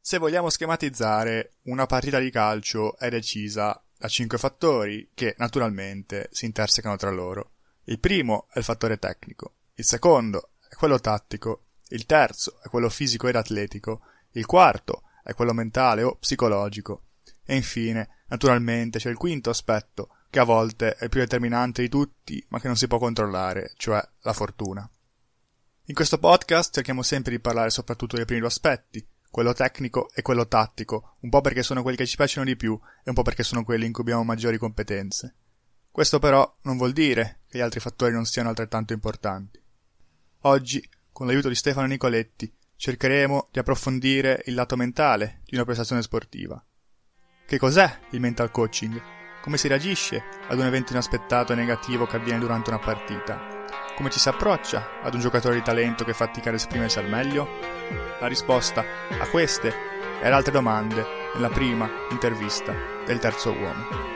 Se vogliamo schematizzare, una partita di calcio è decisa da 5 fattori che, naturalmente, si intersecano tra loro. Il primo è il fattore tecnico, il secondo è quello tattico, il terzo è quello fisico ed atletico, il quarto è quello mentale o psicologico, e infine, naturalmente, c'è il quinto aspetto, che a volte è il più determinante di tutti, ma che non si può controllare, cioè la fortuna. In questo podcast cerchiamo sempre di parlare soprattutto dei primi due aspetti, quello tecnico e quello tattico, un po' perché sono quelli che ci piacciono di più e un po' perché sono quelli in cui abbiamo maggiori competenze. Questo però non vuol dire che gli altri fattori non siano altrettanto importanti. Oggi, con l'aiuto di Stefano Nicoletti, cercheremo di approfondire il lato mentale di una prestazione sportiva. Che cos'è il mental coaching? Come si reagisce ad un evento inaspettato e negativo che avviene durante una partita? Come ci si approccia ad un giocatore di talento che fatica ad esprimersi al meglio? La risposta a queste e ad altre domande nella prima intervista del Terzo Uomo.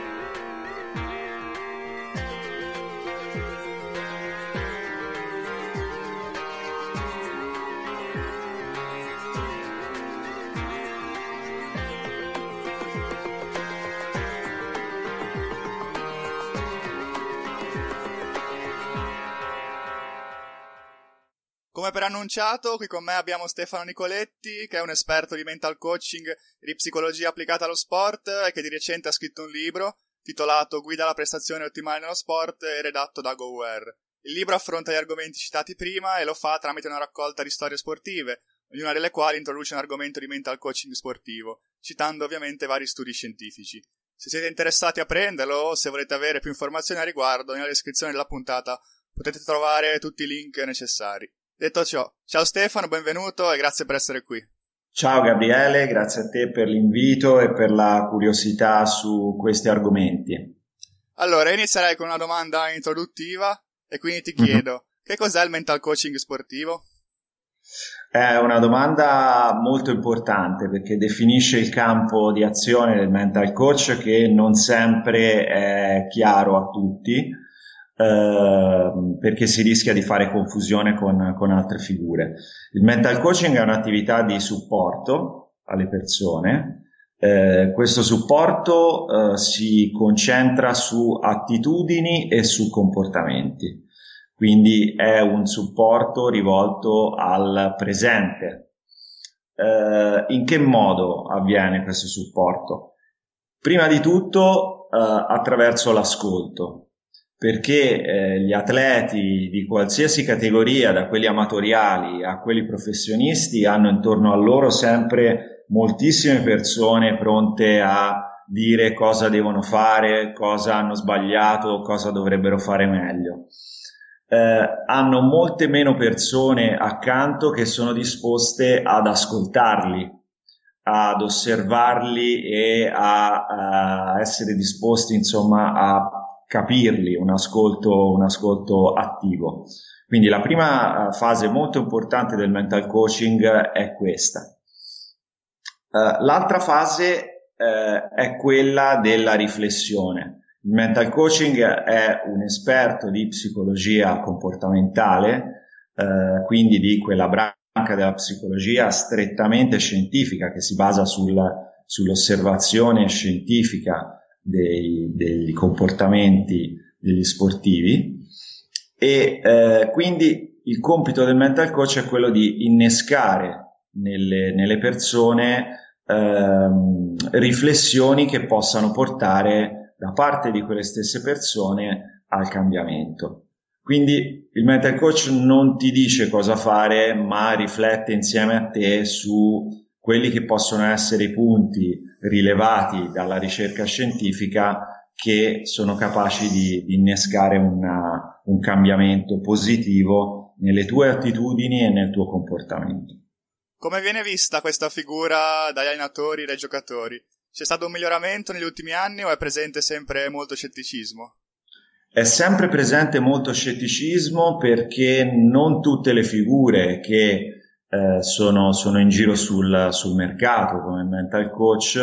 Come preannunciato, qui con me abbiamo Stefano Nicoletti, che è un esperto di mental coaching e di psicologia applicata allo sport e che di recente ha scritto un libro titolato Guida alla prestazione ottimale nello sport e redatto da GoWare. Il libro affronta gli argomenti citati prima e lo fa tramite una raccolta di storie sportive, ognuna delle quali introduce un argomento di mental coaching sportivo, citando ovviamente vari studi scientifici. Se siete interessati a prenderlo o se volete avere più informazioni a riguardo, nella descrizione della puntata potete trovare tutti i link necessari. Detto ciò, ciao Stefano, benvenuto e grazie per essere qui. Ciao Gabriele, grazie a te per l'invito e per la curiosità su questi argomenti. Allora, inizierei con una domanda introduttiva e quindi ti chiedo, che cos'è il mental coaching sportivo? È una domanda molto importante perché definisce il campo di azione del mental coach che non sempre è chiaro a tutti. Perché si rischia di fare confusione con altre figure. Il mental coaching è un'attività di supporto alle persone. Questo supporto si concentra su attitudini e su comportamenti, quindi è un supporto rivolto al presente. In che modo avviene questo supporto? Prima di tutto attraverso l'ascolto, perché gli atleti di qualsiasi categoria, da quelli amatoriali a quelli professionisti, hanno intorno a loro sempre moltissime persone pronte a dire cosa devono fare, cosa hanno sbagliato, cosa dovrebbero fare meglio. Hanno molte meno persone accanto che sono disposte ad ascoltarli, ad osservarli e a essere disposti, insomma, a capirli, un ascolto attivo. Quindi la prima fase molto importante del mental coaching è questa. L'altra fase è quella della riflessione. Il mental coaching è un esperto di psicologia comportamentale, quindi di quella branca della psicologia strettamente scientifica che si basa sull'osservazione scientifica dei comportamenti degli sportivi e quindi il compito del mental coach è quello di innescare nelle persone riflessioni che possano portare da parte di quelle stesse persone al cambiamento. Quindi il mental coach non ti dice cosa fare, ma riflette insieme a te su quelli che possono essere i punti rilevati dalla ricerca scientifica che sono capaci di innescare un cambiamento positivo nelle tue attitudini e nel tuo comportamento. Come viene vista questa figura dagli allenatori e dai giocatori? C'è stato un miglioramento negli ultimi anni o è presente sempre molto scetticismo? È sempre presente molto scetticismo perché non tutte le figure che sono in giro sul mercato come mental coach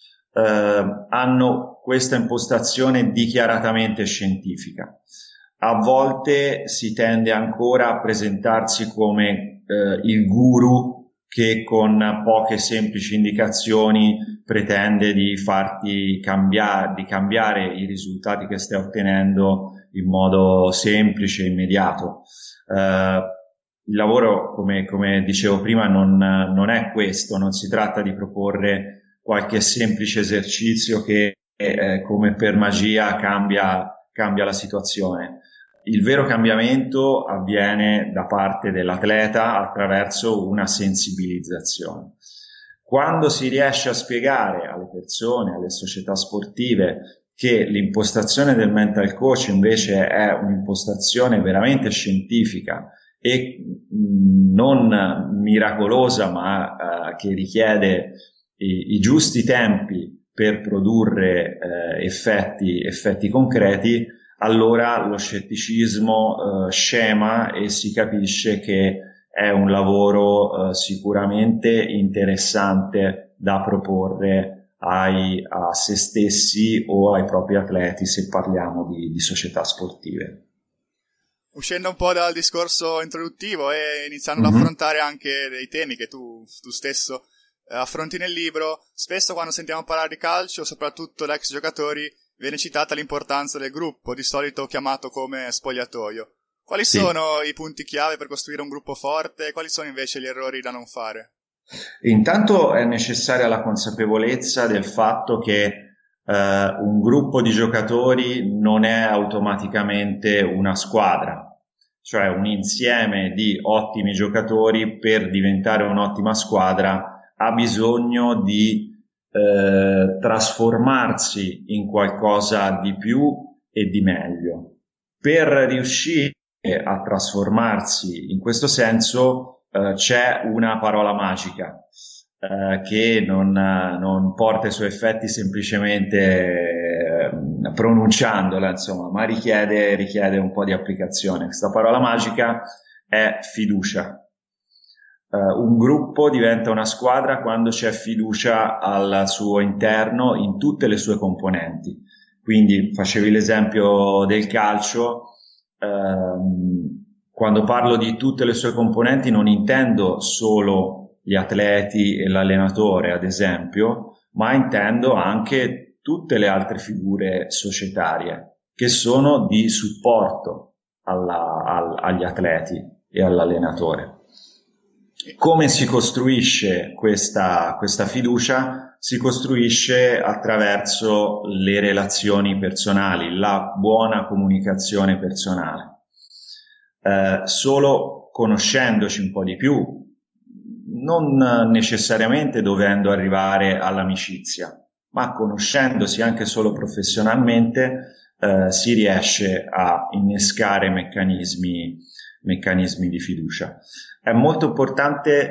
hanno questa impostazione dichiaratamente scientifica. A volte si tende ancora a presentarsi come il guru che con poche semplici indicazioni pretende di farti cambiare i risultati che stai ottenendo in modo semplice e immediato. Il lavoro, come dicevo prima, non è questo, non si tratta di proporre qualche semplice esercizio che come per magia cambia la situazione. Il vero cambiamento avviene da parte dell'atleta attraverso una sensibilizzazione. Quando si riesce a spiegare alle persone, alle società sportive, che l'impostazione del mental coach invece è un'impostazione veramente scientifica e non miracolosa, ma che richiede i giusti tempi per produrre effetti concreti, allora lo scetticismo scema e si capisce che è un lavoro sicuramente interessante da proporre a se stessi o ai propri atleti, se parliamo di società sportive. Uscendo un po' dal discorso introduttivo e iniziando ad affrontare anche dei temi che tu stesso affronti nel libro, spesso quando sentiamo parlare di calcio, soprattutto da ex giocatori, viene citata l'importanza del gruppo, di solito chiamato come spogliatoio. Quali sono i punti chiave per costruire un gruppo forte e quali sono invece gli errori da non fare? Intanto è necessaria la consapevolezza del fatto che un gruppo di giocatori non è automaticamente una squadra, cioè un insieme di ottimi giocatori per diventare un'ottima squadra ha bisogno di trasformarsi in qualcosa di più e di meglio. Per riuscire a trasformarsi in questo senso c'è una parola magica che non porta i suoi effetti semplicemente pronunciandola, insomma, ma richiede un po' di applicazione. Questa parola magica è fiducia. Un gruppo diventa una squadra quando c'è fiducia al suo interno in tutte le sue componenti. Quindi facevi l'esempio del calcio, quando parlo di tutte le sue componenti non intendo solo gli atleti e l'allenatore, ad esempio, ma intendo anche tutte le altre figure societarie che sono di supporto agli atleti e all'allenatore. Come si costruisce questa fiducia? Si costruisce attraverso le relazioni personali, la buona comunicazione personale. Solo conoscendoci un po' di più, non necessariamente dovendo arrivare all'amicizia, ma conoscendosi anche solo professionalmente, si riesce a innescare meccanismi di fiducia. È molto importante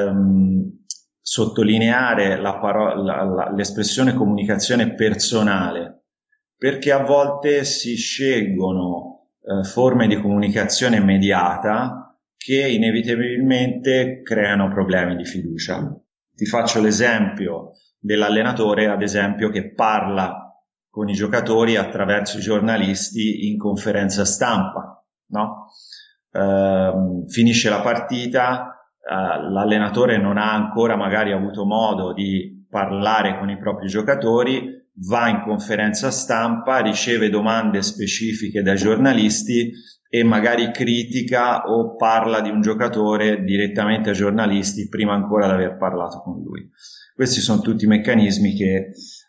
sottolineare l'espressione comunicazione personale, perché a volte si scelgono forme di comunicazione mediata che inevitabilmente creano problemi di fiducia. Ti faccio l'esempio dell'allenatore, ad esempio, che parla con i giocatori attraverso i giornalisti in conferenza stampa, no? Finisce la partita, l'allenatore non ha ancora magari avuto modo di parlare con i propri giocatori, va in conferenza stampa, riceve domande specifiche dai giornalisti e magari critica o parla di un giocatore direttamente ai giornalisti prima ancora di aver parlato con lui. Questi sono tutti meccanismi che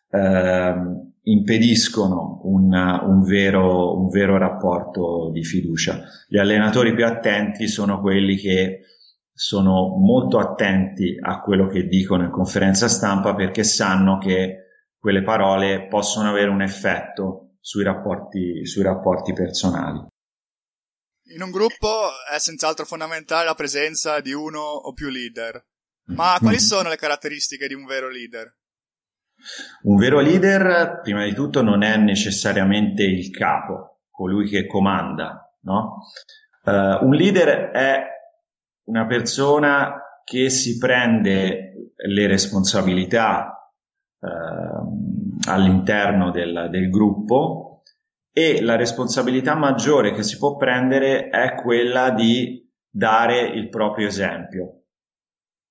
impediscono un vero rapporto di fiducia. Gli allenatori più attenti sono quelli che sono molto attenti a quello che dicono in conferenza stampa, perché sanno che quelle parole possono avere un effetto sui rapporti personali. In un gruppo è senz'altro fondamentale la presenza di uno o più leader. Ma quali sono le caratteristiche di un vero leader? Un vero leader, prima di tutto, non è necessariamente il capo, colui che comanda, no? Un leader è una persona che si prende le responsabilità all'interno del gruppo, e la responsabilità maggiore che si può prendere è quella di dare il proprio esempio.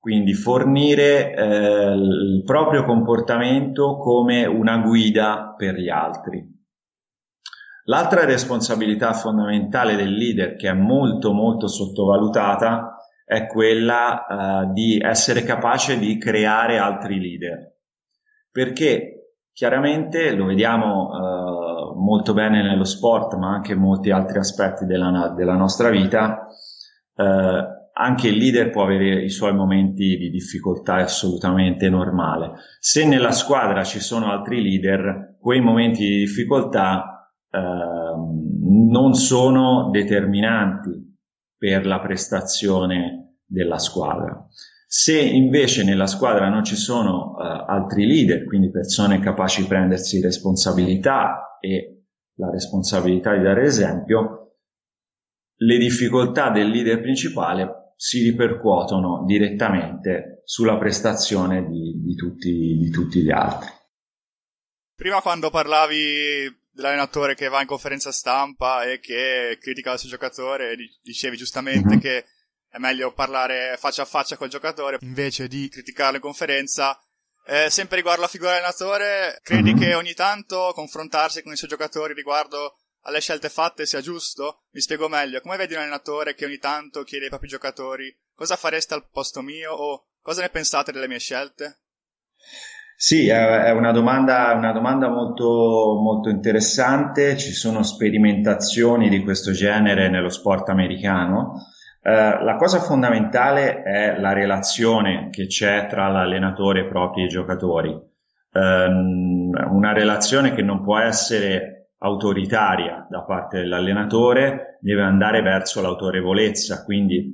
quindi fornire il proprio comportamento come una guida per gli altri. L'altra responsabilità fondamentale del leader, che è molto molto sottovalutata, è quella di essere capace di creare altri leader, perché chiaramente lo vediamo molto bene nello sport, ma anche in molti altri aspetti della nostra vita. Anche il leader può avere i suoi momenti di difficoltà, è assolutamente normale. Se nella squadra ci sono altri leader, quei momenti di difficoltà non sono determinanti per la prestazione della squadra. Se invece nella squadra non ci sono altri leader, quindi persone capaci di prendersi responsabilità e la responsabilità di dare esempio, le difficoltà del leader principale si ripercuotono direttamente sulla prestazione di tutti gli altri. Prima, quando parlavi dell'allenatore che va in conferenza stampa e che critica il suo giocatore, dicevi giustamente che è meglio parlare faccia a faccia col giocatore invece di criticarlo in conferenza. Sempre riguardo alla figura dell'allenatore, credi che ogni tanto confrontarsi con i suoi giocatori riguardo alle scelte fatte sia giusto? Mi spiego meglio. Come vedi un allenatore che ogni tanto chiede ai propri giocatori cosa fareste al posto mio o cosa ne pensate delle mie scelte? Sì, è una domanda molto, molto interessante. Ci sono sperimentazioni di questo genere nello sport americano. La cosa fondamentale è la relazione che c'è tra l'allenatore e i propri giocatori. Una relazione che non può essere autoritaria da parte dell'allenatore, deve andare verso l'autorevolezza, quindi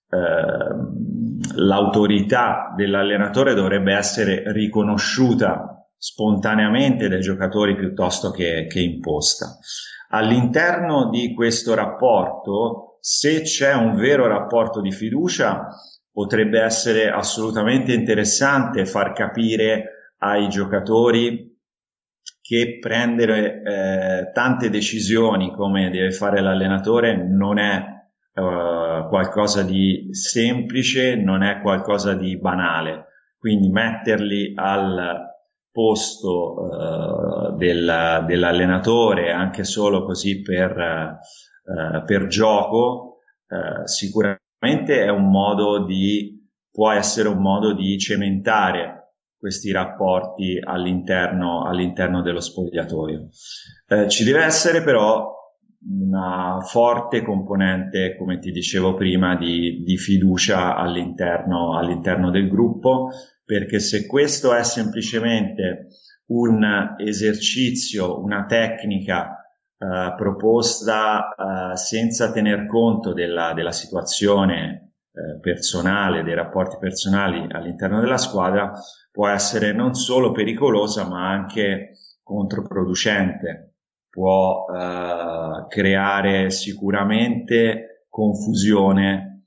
l'autorità dell'allenatore dovrebbe essere riconosciuta spontaneamente dai giocatori piuttosto che imposta. All'interno di questo rapporto, se c'è un vero rapporto di fiducia, potrebbe essere assolutamente interessante far capire ai giocatori che prendere tante decisioni come deve fare l'allenatore non è qualcosa di semplice, non è qualcosa di banale, quindi metterli al posto dell'allenatore anche solo così per gioco sicuramente può essere un modo di cementare questi rapporti all'interno dello spogliatoio. Ci deve essere però una forte componente, come ti dicevo prima, di fiducia all'interno del gruppo, perché se questo è semplicemente un esercizio, una tecnica proposta senza tener conto della situazione personale, dei rapporti personali all'interno della squadra, può essere non solo pericolosa ma anche controproducente, può creare sicuramente confusione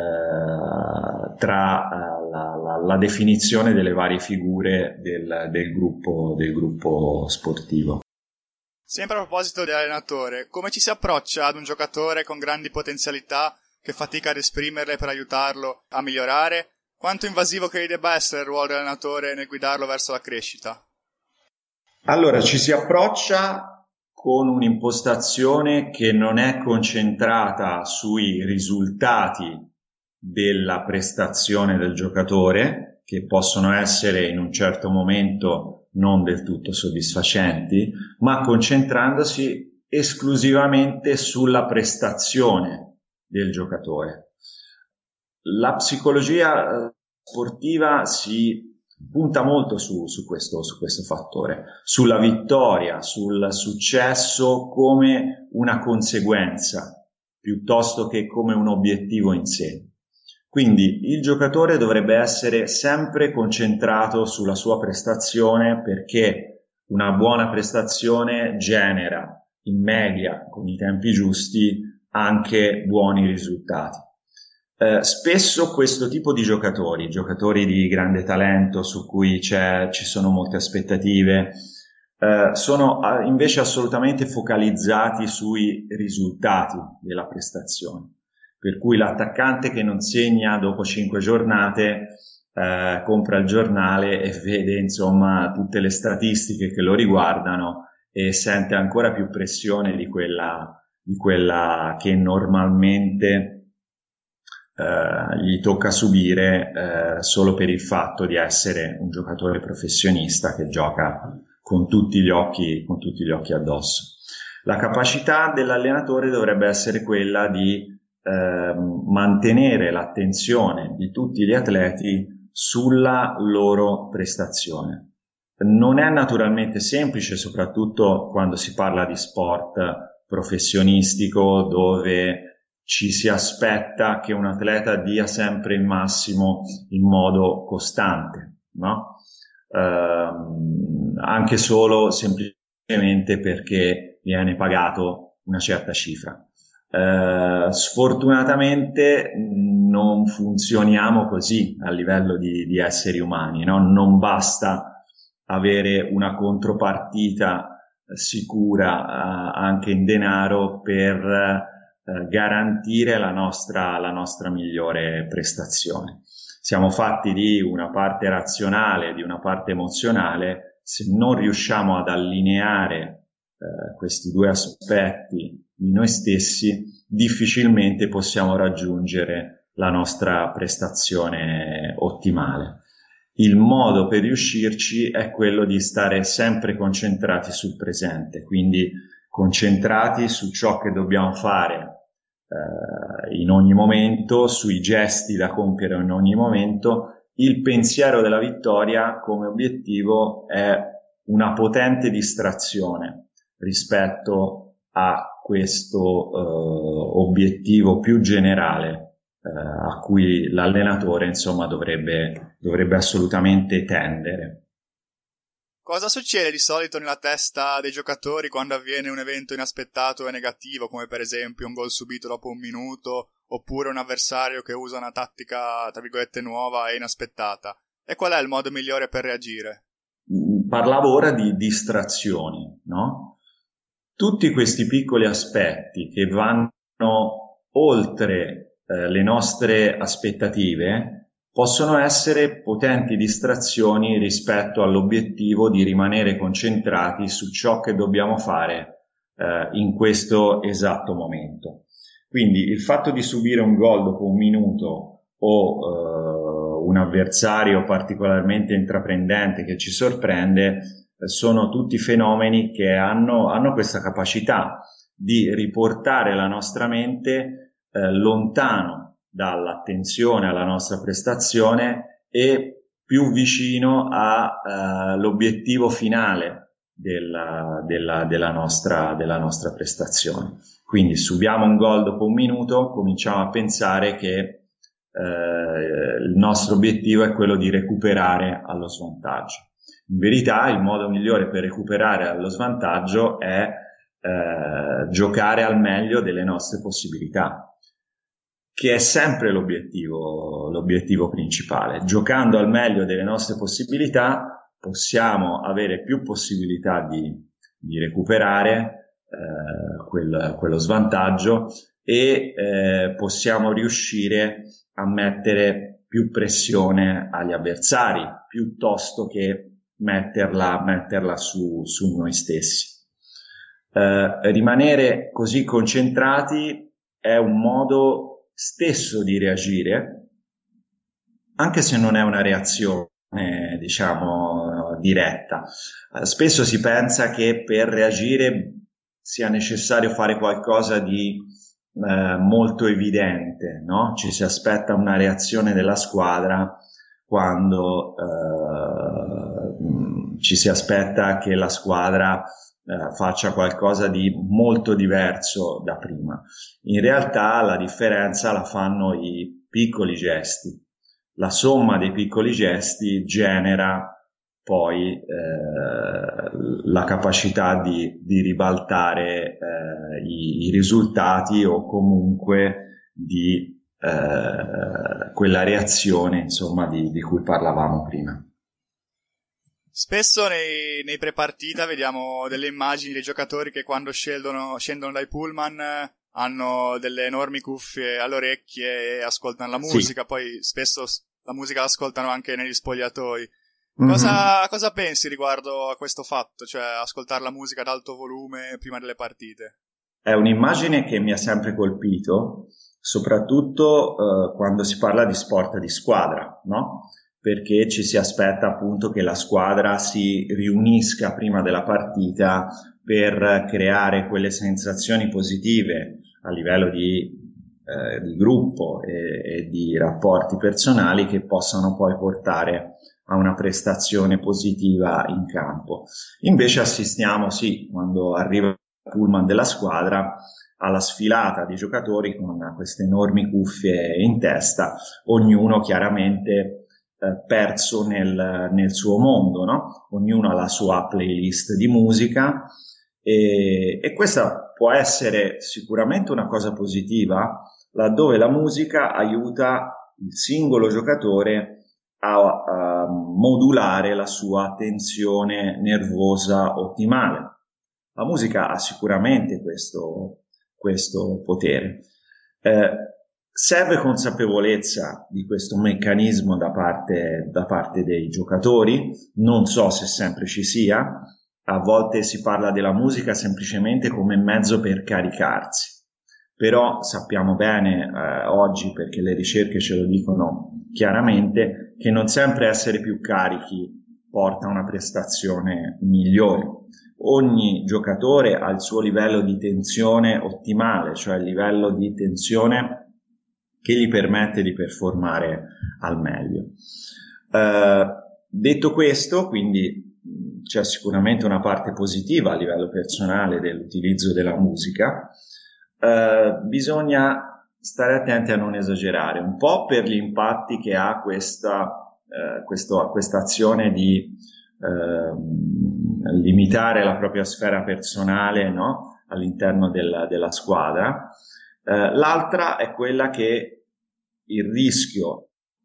tra la definizione delle varie figure del gruppo sportivo. Sempre a proposito dell'allenatore, come ci si approccia ad un giocatore con grandi potenzialità che fatica ad esprimerle per aiutarlo a migliorare? Quanto invasivo credi debba essere il ruolo dell'allenatore nel guidarlo verso la crescita? Allora, ci si approccia con un'impostazione che non è concentrata sui risultati della prestazione del giocatore, che possono essere in un certo momento non del tutto soddisfacenti, ma concentrandosi esclusivamente sulla prestazione del giocatore. La psicologia sportiva si punta molto su questo fattore, sulla vittoria, sul successo come una conseguenza, piuttosto che come un obiettivo in sé. Quindi il giocatore dovrebbe essere sempre concentrato sulla sua prestazione, perché una buona prestazione genera in media, con i tempi giusti, anche buoni risultati. Spesso questo tipo di giocatori di grande talento su cui ci sono molte aspettative, sono invece assolutamente focalizzati sui risultati della prestazione. Per cui l'attaccante che non segna dopo 5 giornate compra il giornale e vede insomma tutte le statistiche che lo riguardano e sente ancora più pressione di quella che normalmente gli tocca subire solo per il fatto di essere un giocatore professionista che gioca con tutti gli occhi addosso. La capacità dell'allenatore dovrebbe essere quella di mantenere l'attenzione di tutti gli atleti sulla loro prestazione. Non è naturalmente semplice, soprattutto quando si parla di sport professionistico, dove ci si aspetta che un atleta dia sempre il massimo in modo costante, no? Anche solo semplicemente perché viene pagato una certa cifra. Sfortunatamente non funzioniamo così a livello di esseri umani, no? Non basta avere una contropartita sicura anche in denaro per garantire la nostra migliore prestazione. Siamo fatti di una parte razionale, di una parte emozionale. Se non riusciamo ad allineare questi due aspetti di noi stessi, difficilmente possiamo raggiungere la nostra prestazione ottimale. Il modo per riuscirci è quello di stare sempre concentrati sul presente, quindi concentrati su ciò che dobbiamo fare in ogni momento, sui gesti da compiere in ogni momento. Il pensiero della vittoria come obiettivo è una potente distrazione rispetto a questo obiettivo più generale a cui l'allenatore insomma dovrebbe assolutamente tendere. Cosa succede di solito nella testa dei giocatori quando avviene un evento inaspettato e negativo, come per esempio un gol subito dopo un minuto, oppure un avversario che usa una tattica, tra virgolette, nuova e inaspettata? E qual è il modo migliore per reagire? Parlavo ora di distrazioni, no? Tutti questi piccoli aspetti che vanno oltre le nostre aspettative possono essere potenti distrazioni rispetto all'obiettivo di rimanere concentrati su ciò che dobbiamo fare in questo esatto momento. Quindi il fatto di subire un gol dopo un minuto o un avversario particolarmente intraprendente che ci sorprende sono tutti fenomeni che hanno questa capacità di riportare la nostra mente lontano dall'attenzione alla nostra prestazione e più vicino all'obiettivo finale della nostra prestazione. Quindi subiamo un gol dopo un minuto, cominciamo a pensare che il nostro obiettivo è quello di recuperare allo svantaggio. In verità il modo migliore per recuperare allo svantaggio è giocare al meglio delle nostre possibilità, che è sempre l'obiettivo principale. Giocando al meglio delle nostre possibilità possiamo avere più possibilità di recuperare quello svantaggio e possiamo riuscire a mettere più pressione agli avversari piuttosto che metterla su noi stessi. Rimanere così concentrati è un modo stesso di reagire, anche se non è una reazione, diciamo, diretta. Spesso si pensa che per reagire sia necessario fare qualcosa di molto evidente, no? Ci si aspetta una reazione della squadra quando ci si aspetta che la squadra faccia qualcosa di molto diverso da prima. In realtà la differenza la fanno i piccoli gesti. La somma dei piccoli gesti genera poi la capacità di ribaltare i risultati o comunque di quella reazione, insomma, di cui parlavamo prima. Spesso nei pre-partita vediamo delle immagini dei giocatori che quando scendono dai pullman hanno delle enormi cuffie alle orecchie e ascoltano la musica, sì. Poi spesso la musica l'ascoltano anche negli spogliatoi. Mhm. Cosa pensi riguardo a questo fatto, cioè ascoltare la musica ad alto volume prima delle partite? È un'immagine che mi ha sempre colpito, soprattutto quando si parla di sport di squadra, no? Perché ci si aspetta appunto che la squadra si riunisca prima della partita per creare quelle sensazioni positive a livello di gruppo e di rapporti personali che possano poi portare a una prestazione positiva in campo. Invece assistiamo, sì, quando arriva il pullman della squadra, alla sfilata di giocatori con queste enormi cuffie in testa, ognuno chiaramente perso nel suo mondo, no? Ognuno ha la sua playlist di musica e questa può essere sicuramente una cosa positiva, laddove la musica aiuta il singolo giocatore a modulare la sua tensione nervosa ottimale. La musica ha sicuramente questo potere. Serve consapevolezza di questo meccanismo da parte dei giocatori, non so se sempre ci sia, a volte si parla della musica semplicemente come mezzo per caricarsi, però sappiamo bene oggi, perché le ricerche ce lo dicono chiaramente, che non sempre essere più carichi porta a una prestazione migliore. Ogni giocatore ha il suo livello di tensione ottimale, cioè il livello di tensione che gli permette di performare al meglio. Detto questo, quindi c'è sicuramente una parte positiva a livello personale dell'utilizzo della musica. Bisogna stare attenti a non esagerare, un po' per gli impatti che ha questa azione di limitare la propria sfera personale, no? All'interno della squadra. L'altra è quella che il rischio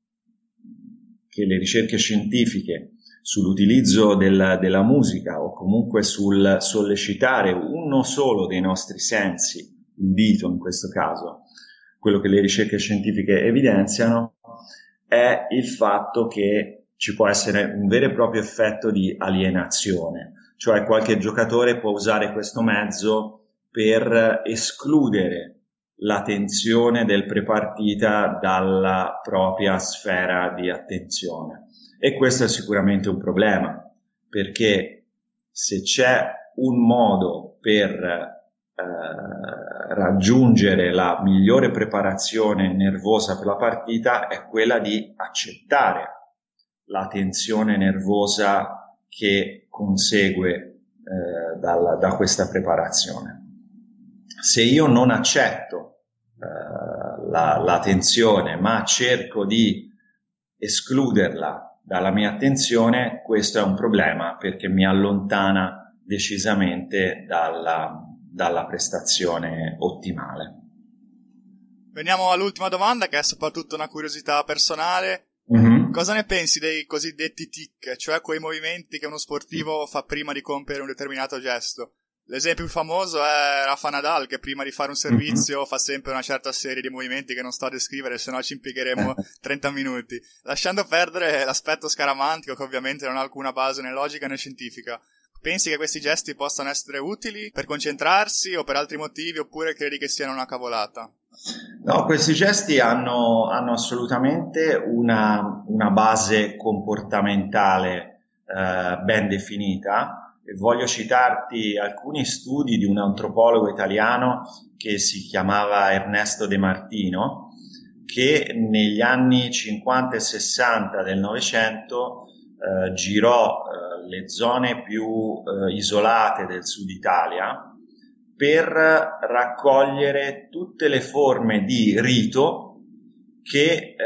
che le ricerche scientifiche sull'utilizzo della musica o comunque sul sollecitare uno solo dei nostri sensi, l'udito in questo caso, quello che le ricerche scientifiche evidenziano è il fatto che ci può essere un vero e proprio effetto di alienazione, cioè qualche giocatore può usare questo mezzo per escludere la tensione del prepartita dalla propria sfera di attenzione. E questo è sicuramente un problema, perché se c'è un modo per raggiungere la migliore preparazione nervosa per la partita è quella di accettare la tensione nervosa che consegue da questa preparazione. Se io non accetto la tensione, ma cerco di escluderla dalla mia attenzione, questo è un problema perché mi allontana decisamente dalla prestazione ottimale. Veniamo all'ultima domanda, che è soprattutto una curiosità personale. Mm-hmm. Cosa ne pensi dei cosiddetti tic, cioè quei movimenti che uno sportivo fa prima di compiere un determinato gesto? L'esempio più famoso è Rafa Nadal, che prima di fare un servizio fa sempre una certa serie di movimenti che non sto a descrivere, se no ci impiegheremo 30 minuti, lasciando perdere l'aspetto scaramantico, che ovviamente non ha alcuna base né logica né scientifica. Pensi che questi gesti possano essere utili per concentrarsi o per altri motivi, oppure credi che siano una cavolata? No, questi gesti hanno assolutamente una base comportamentale ben definita. E voglio citarti alcuni studi di un antropologo italiano che si chiamava Ernesto De Martino, che negli anni 50 e 60 del Novecento girò le zone più isolate del sud Italia per raccogliere tutte le forme di rito che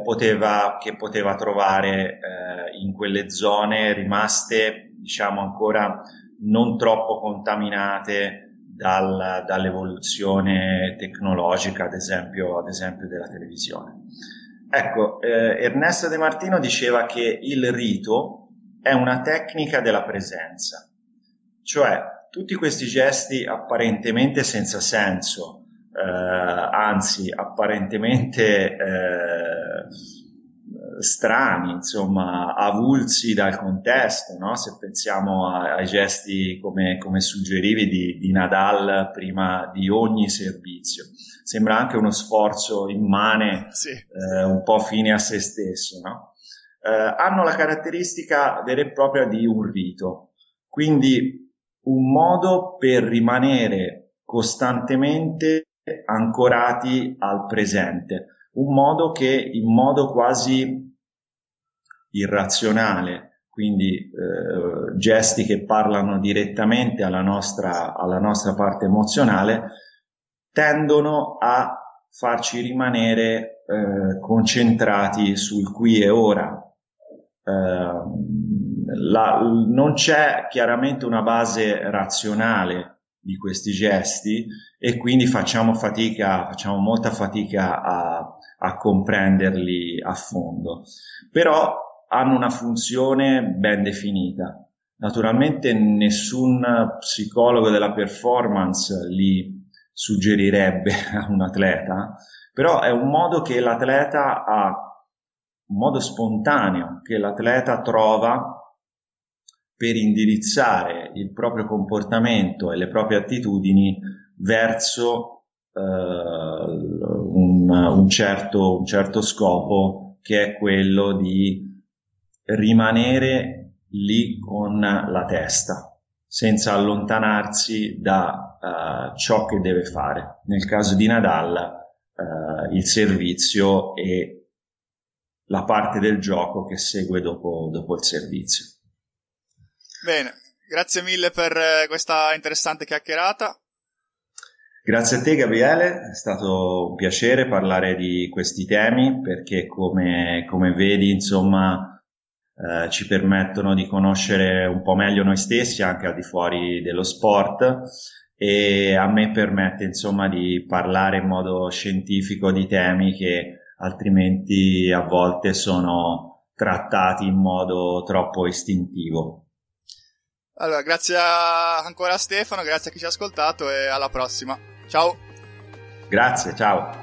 poteva trovare in quelle zone rimaste, diciamo, ancora non troppo contaminate dall'evoluzione tecnologica, ad esempio della televisione. Ecco, Ernesto De Martino diceva che il rito è una tecnica della presenza, cioè tutti questi gesti apparentemente senza senso, anzi apparentemente strani, insomma, avulsi dal contesto, no? Se pensiamo ai gesti come suggerivi di Nadal prima di ogni servizio, sembra anche uno sforzo immane, sì. Un po' fine a se stesso, no? Hanno la caratteristica vera e propria di un rito, quindi un modo per rimanere costantemente ancorati al presente, un modo che in modo quasi irrazionale, quindi gesti che parlano direttamente alla nostra parte emozionale, tendono a farci rimanere concentrati sul qui e ora. Non c'è chiaramente una base razionale di questi gesti e quindi facciamo molta fatica a comprenderli a fondo, però hanno una funzione ben definita. Naturalmente nessun psicologo della performance li suggerirebbe a un atleta, però è un modo che l'atleta ha, un modo spontaneo che l'atleta trova per indirizzare il proprio comportamento e le proprie attitudini verso un certo scopo, che è quello di rimanere lì con la testa, senza allontanarsi da ciò che deve fare. Nel caso di Nadal, il servizio e la parte del gioco che segue dopo il servizio. Bene, grazie mille per questa interessante chiacchierata. Grazie a te, Gabriele, è stato un piacere parlare di questi temi, perché come vedi, insomma, ci permettono di conoscere un po' meglio noi stessi anche al di fuori dello sport, e a me permette, insomma, di parlare in modo scientifico di temi che altrimenti a volte sono trattati in modo troppo istintivo. Allora, grazie ancora a Stefano, grazie a chi ci ha ascoltato e alla prossima. Ciao. Grazie, ciao.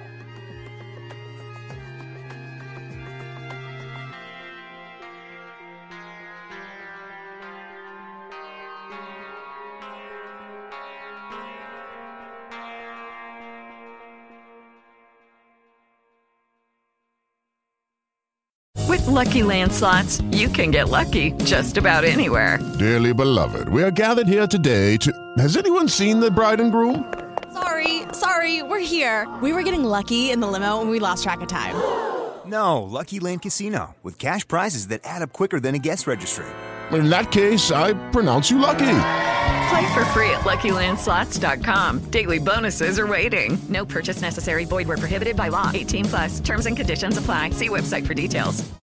With Lucky Land Slots, you can get lucky just about anywhere. Dearly beloved, we are gathered here today to... Has anyone seen the bride and groom? Sorry, we're here. We were getting lucky in the limo and we lost track of time. No, Lucky Land Casino, with cash prizes that add up quicker than a guest registry. In that case, I pronounce you lucky. Play for free at LuckyLandSlots.com. Daily bonuses are waiting. No purchase necessary. Void where prohibited by law. 18+. Terms and conditions apply. See website for details.